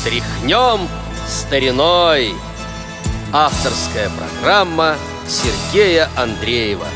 Тряхнем стариной. Авторская программа Сергея Андреева.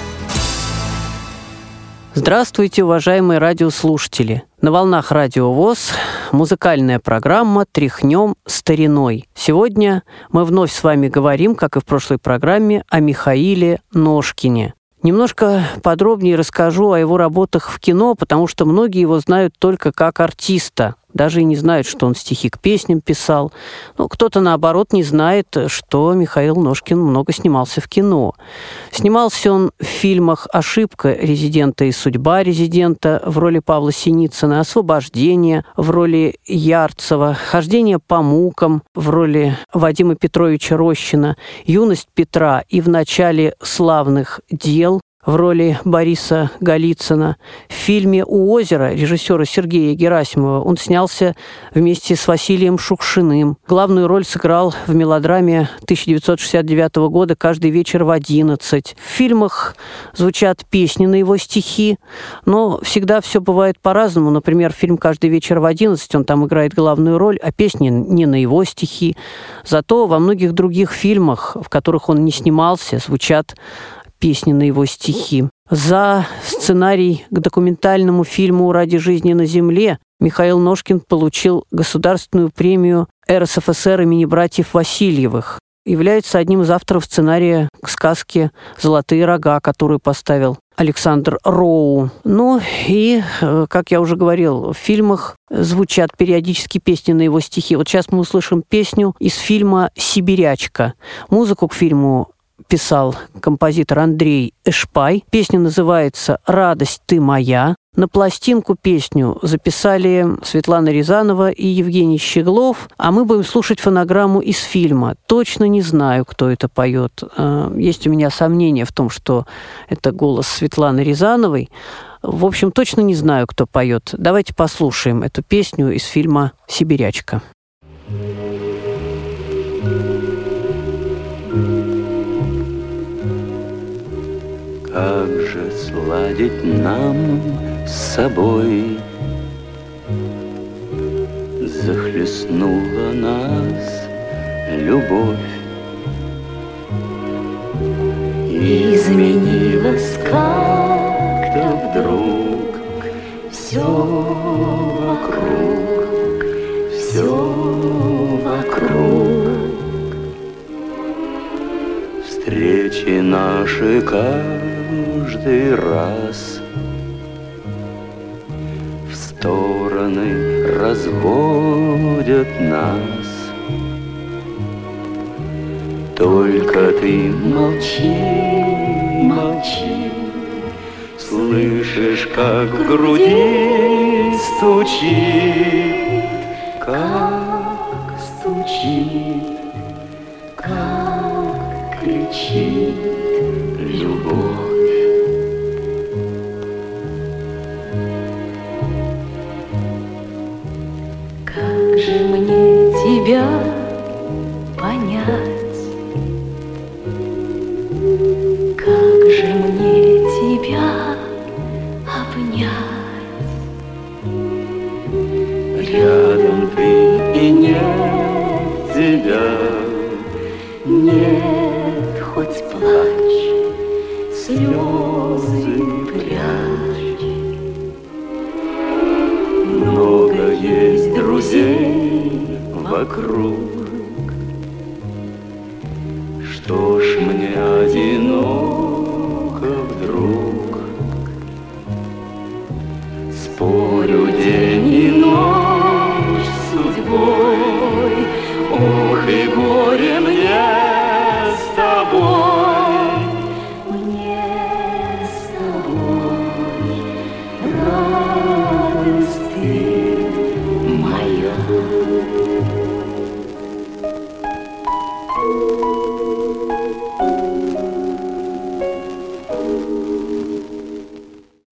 Здравствуйте, уважаемые радиослушатели! На волнах Радио ВОС музыкальная программа «Тряхнем стариной». Сегодня мы вновь с вами говорим, как и в прошлой программе, о Михаиле Ножкине. Немножко подробнее расскажу о его работах в кино, потому что многие его знают только как артиста. Даже и не знают, что он стихи к песням писал. Кто-то, наоборот, не знает, что Михаил Ножкин много снимался в кино. Снимался он в фильмах «Ошибка резидента» и «Судьба резидента» в роли Павла Синицына, «Освобождение» в роли Ярцева, «Хождение по мукам» в роли Вадима Петровича Рощина, «Юность Петра» и «В начале славных дел» в роли Бориса Голицына. В фильме «У озера» режиссера Сергея Герасимова он снялся вместе с Василием Шукшиным. Главную роль сыграл в мелодраме 1969 года «Каждый вечер в 11». В фильмах звучат песни на его стихи, но всегда все бывает по-разному. Например, фильм «Каждый вечер в 11», он там играет главную роль, а песни не на его стихи. Зато во многих других фильмах, в которых он не снимался, звучат песни на его стихи. За сценарий к документальному фильму «Ради жизни на земле» Михаил Ножкин получил государственную премию РСФСР имени братьев Васильевых. Является одним из авторов сценария к сказке «Золотые рога», которую поставил Александр Роу. Как я уже говорил, в фильмах звучат периодически песни на его стихи. Вот сейчас мы услышим песню из фильма «Сибирячка». Музыку к фильму писал композитор Андрей Эшпай. Песня называется «Радость ты моя». На пластинку песню записали Светлана Рязанова и Евгений Щеглов, а мы будем слушать фонограмму из фильма. Точно не знаю, кто это поет. Есть у меня сомнения в том, что это голос Светланы Рязановой. В общем, точно не знаю, кто поет. Давайте послушаем эту песню из фильма «Сибирячка». Как же сладить нам с собой? Захлестнула нас любовь, изменилось как-то вдруг все вокруг. Встречи наши каждый раз в стороны разводят нас. Только ты молчи, слышишь, как в груди стучит, как кричит любовь. Как же мне тебя понять? Как же мне тебя обнять? Рядом ты и нет тебя, нет, хоть плачь, слезы прячь. Много есть друзей вокруг, что ж мне одиноко вдруг? Спорю день и ночь с судьбой, ох и горе мне с тобой, радость ты моя.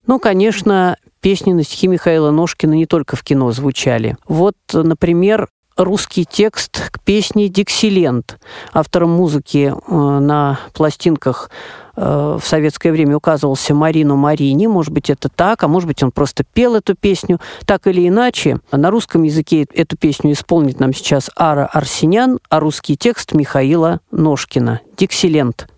Конечно, песни на стихи Михаила Ножкина не только в кино звучали. Вот, например, русский текст к песне «Диксиленд». Автором музыки на пластинках в советское время указывался Марино Марини. Может быть, это так, а может быть, он просто пел эту песню. Так или иначе, на русском языке эту песню исполнит нам сейчас Ара Арсенян, а русский текст Михаила Ножкина. «Диксиленд».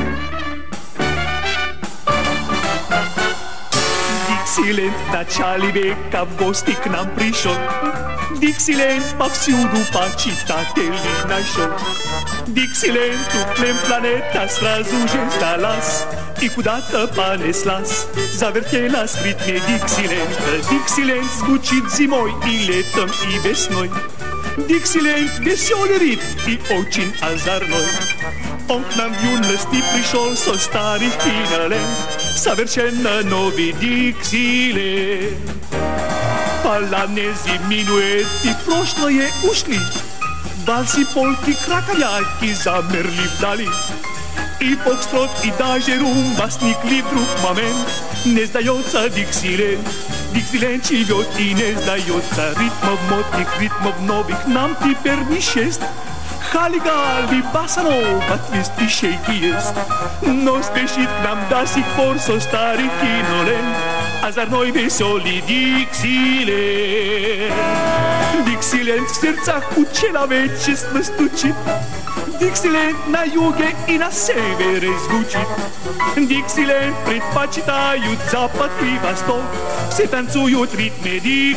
Диксиленд в начале века в гости к нам пришел. Диксиленд повсюду почитателей нашел. Диксиленд туплем планета сразу же сдалась и куда-то понеслась, завертелась в ритме Диксиленда. Диксиленд звучит зимой и летом и весной. Диксиленд веселый ритм и очень озорной. Он к нам в юности пришел со старых кинолент, совершенно новый Диксиленд. Полонези, минуэты, прошлое ушли, вальсы, польки, кракоярки замерли вдали. И фокстрот, и даже румба сникли вдруг момент. Не сдается Диксиленд, Диксиленд живет и не сдается. Ритмов модных, ритмов новых нам теперь не счесть. Хали-гали, басанова, твист и шейки есть. Но спешит к нам до сих пор со старых кинолент озорной веселый Диксиленд. Диксиленд в сердцах у человечества стучит. Диксиленд на юге и на севере звучит. Диксиленд предпочитают запад и восток. Все танцуют в ритме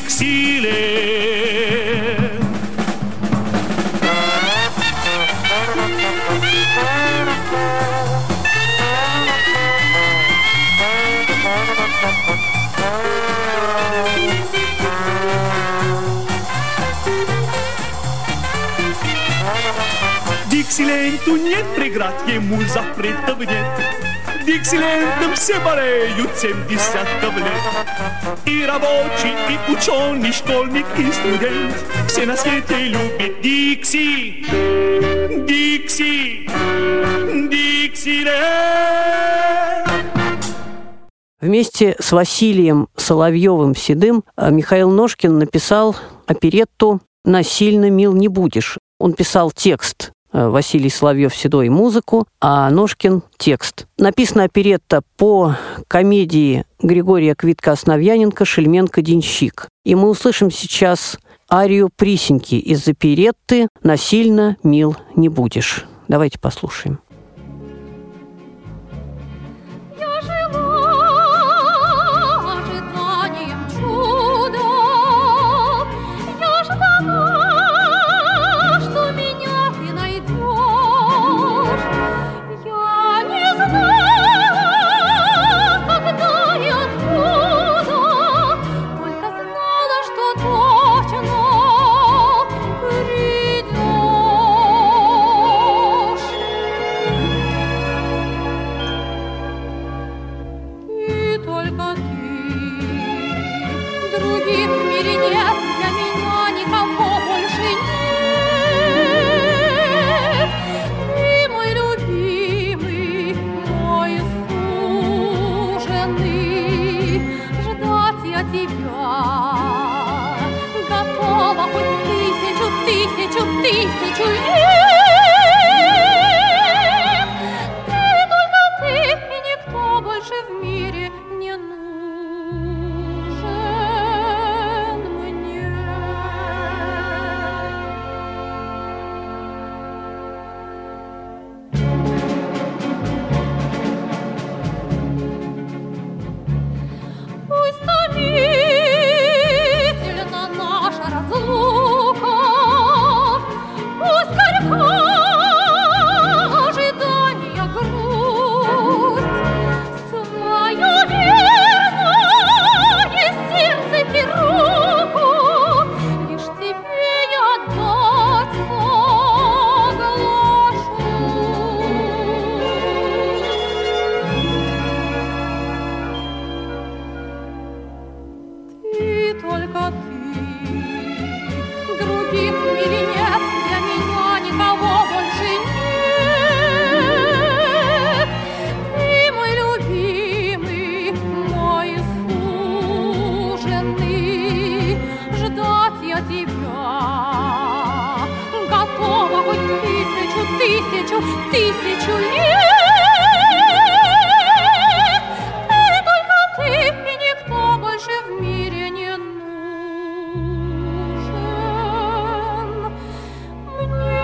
Диксиленд. Диксиленту нет преград, ему запретов нет. Диксилентом все болеют 70 лет. И рабочий, и ученый, школьник, и студент. Все на свете любят Дикси, Дикси, Диксиленд. Вместе с Василием Соловьевым-Седым Михаил Ножкин написал оперетту «Насильно мил не будешь». Он писал текст, Василий Соловьев-Седой — музыку, а Ножкин — текст. Написана оперетта по комедии Григория Квитко-Основьяненко «Шельменко-денщик». И мы услышим сейчас арию Присеньки из оперетты «Насильно мил не будешь». Давайте послушаем. Тысячу лет. Ты только ты, и никто больше в мире не нужен мне. Пусть томительна наша разлука, пусть горька ожидания грусть, свою верное сердце и руку лишь тебе я отдать соглашусь. Ты только ты, других в мире нет, для меня никого больше нет. Ты мой любимый, мой суженый, ждать я тебя тысячу лет. Ты, только ты, и никто больше в мире не нужен мне.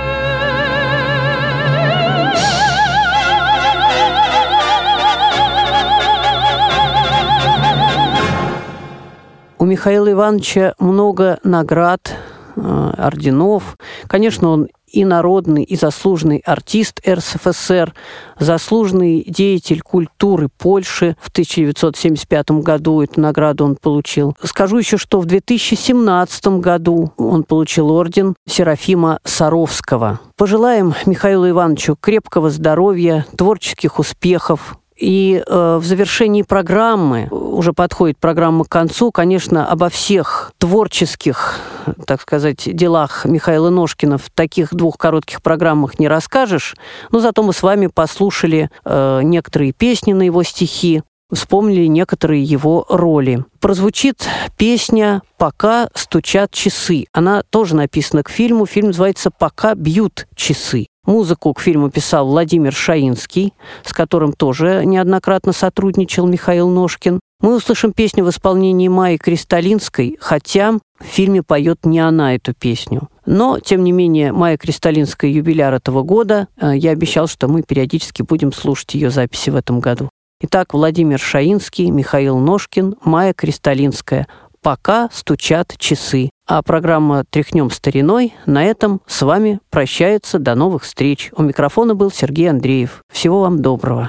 У Михаила Ивановича много наград, орденов. Конечно, он и народный, и заслуженный артист РСФСР, заслуженный деятель культуры Польши. В 1975 году эту награду он получил. Скажу еще, что в 2017 году он получил орден Серафима Саровского. Пожелаем Михаилу Ивановичу крепкого здоровья, творческих успехов. И в завершении программы, уже подходит программа к концу, конечно, обо всех творческих, так сказать, делах Михаила Ножкина в таких двух коротких программах не расскажешь, но зато мы с вами послушали некоторые песни на его стихи, вспомнили некоторые его роли. Прозвучит песня «Пока стучат часы». Она тоже написана к фильму. Фильм называется «Пока бьют часы». Музыку к фильму писал Владимир Шаинский, с которым тоже неоднократно сотрудничал Михаил Ножкин. Мы услышим песню в исполнении Майи Кристалинской, хотя в фильме поет не она эту песню. Но, тем не менее, Майя Кристалинская – юбиляр этого года. Я обещал, что мы периодически будем слушать ее записи в этом году. Итак, Владимир Шаинский, Михаил Ножкин, Майя Кристалинская. «Пока стучат часы». А программа «Тряхнем стариной» на этом с вами прощается. До новых встреч. У микрофона был Сергей Андреев. Всего вам доброго.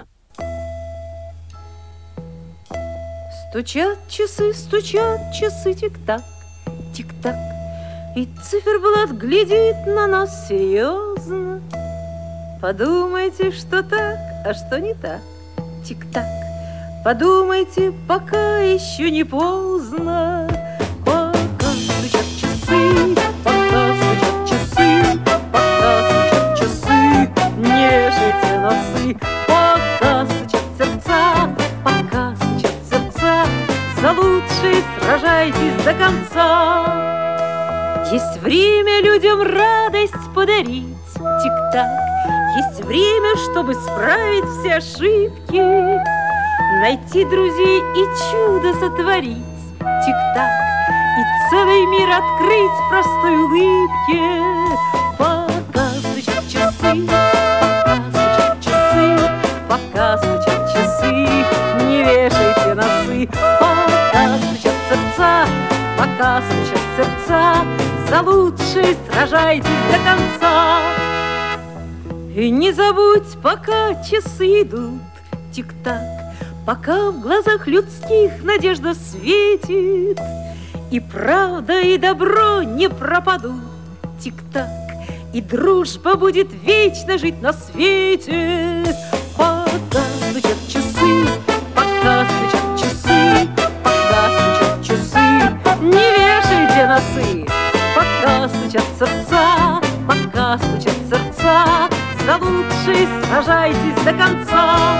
Стучат часы, тик-так, тик-так. И циферблат глядит на нас серьезно. Подумайте, что так, а что не так. Тик-так. Подумайте, пока еще не поздно. Пока стучат часы, пока стучат часы, пока стучат часы, не вешайте носы. Пока стучат сердца, пока стучат сердца, за лучшее сражайтесь до конца. Есть время людям радость подарить, тик-так. Есть время, чтобы исправить все ошибки, найти друзей и чудо сотворить, тик-так, и целый мир открыть в простой улыбке. Пока стучат часы, пока стучат часы, пока стучат часы, не вешайте носы. Пока стучат сердца, пока стучат сердца, за лучшее сражайтесь до конца. И не забудь, пока часы идут, тик-так, пока в глазах людских надежда светит, и правда, и добро не пропадут, тик-так, и дружба будет вечно жить на свете. Пока стучат часы, пока стучат часы, пока стучат часы, не вешайте носы. Пока стучат сердца, пока стучат сердца, за лучшее сражайтесь до конца.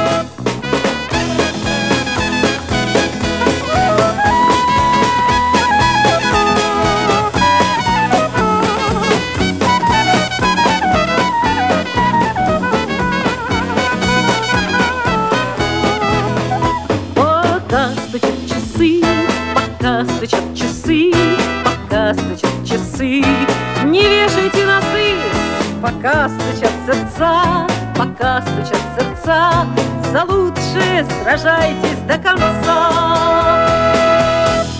Пока стучат часы, пока стучат часы, пока стучат часы, не вешайте носы. Пока стучат сердца, пока стучат сердца, за лучшее сражайтесь до конца.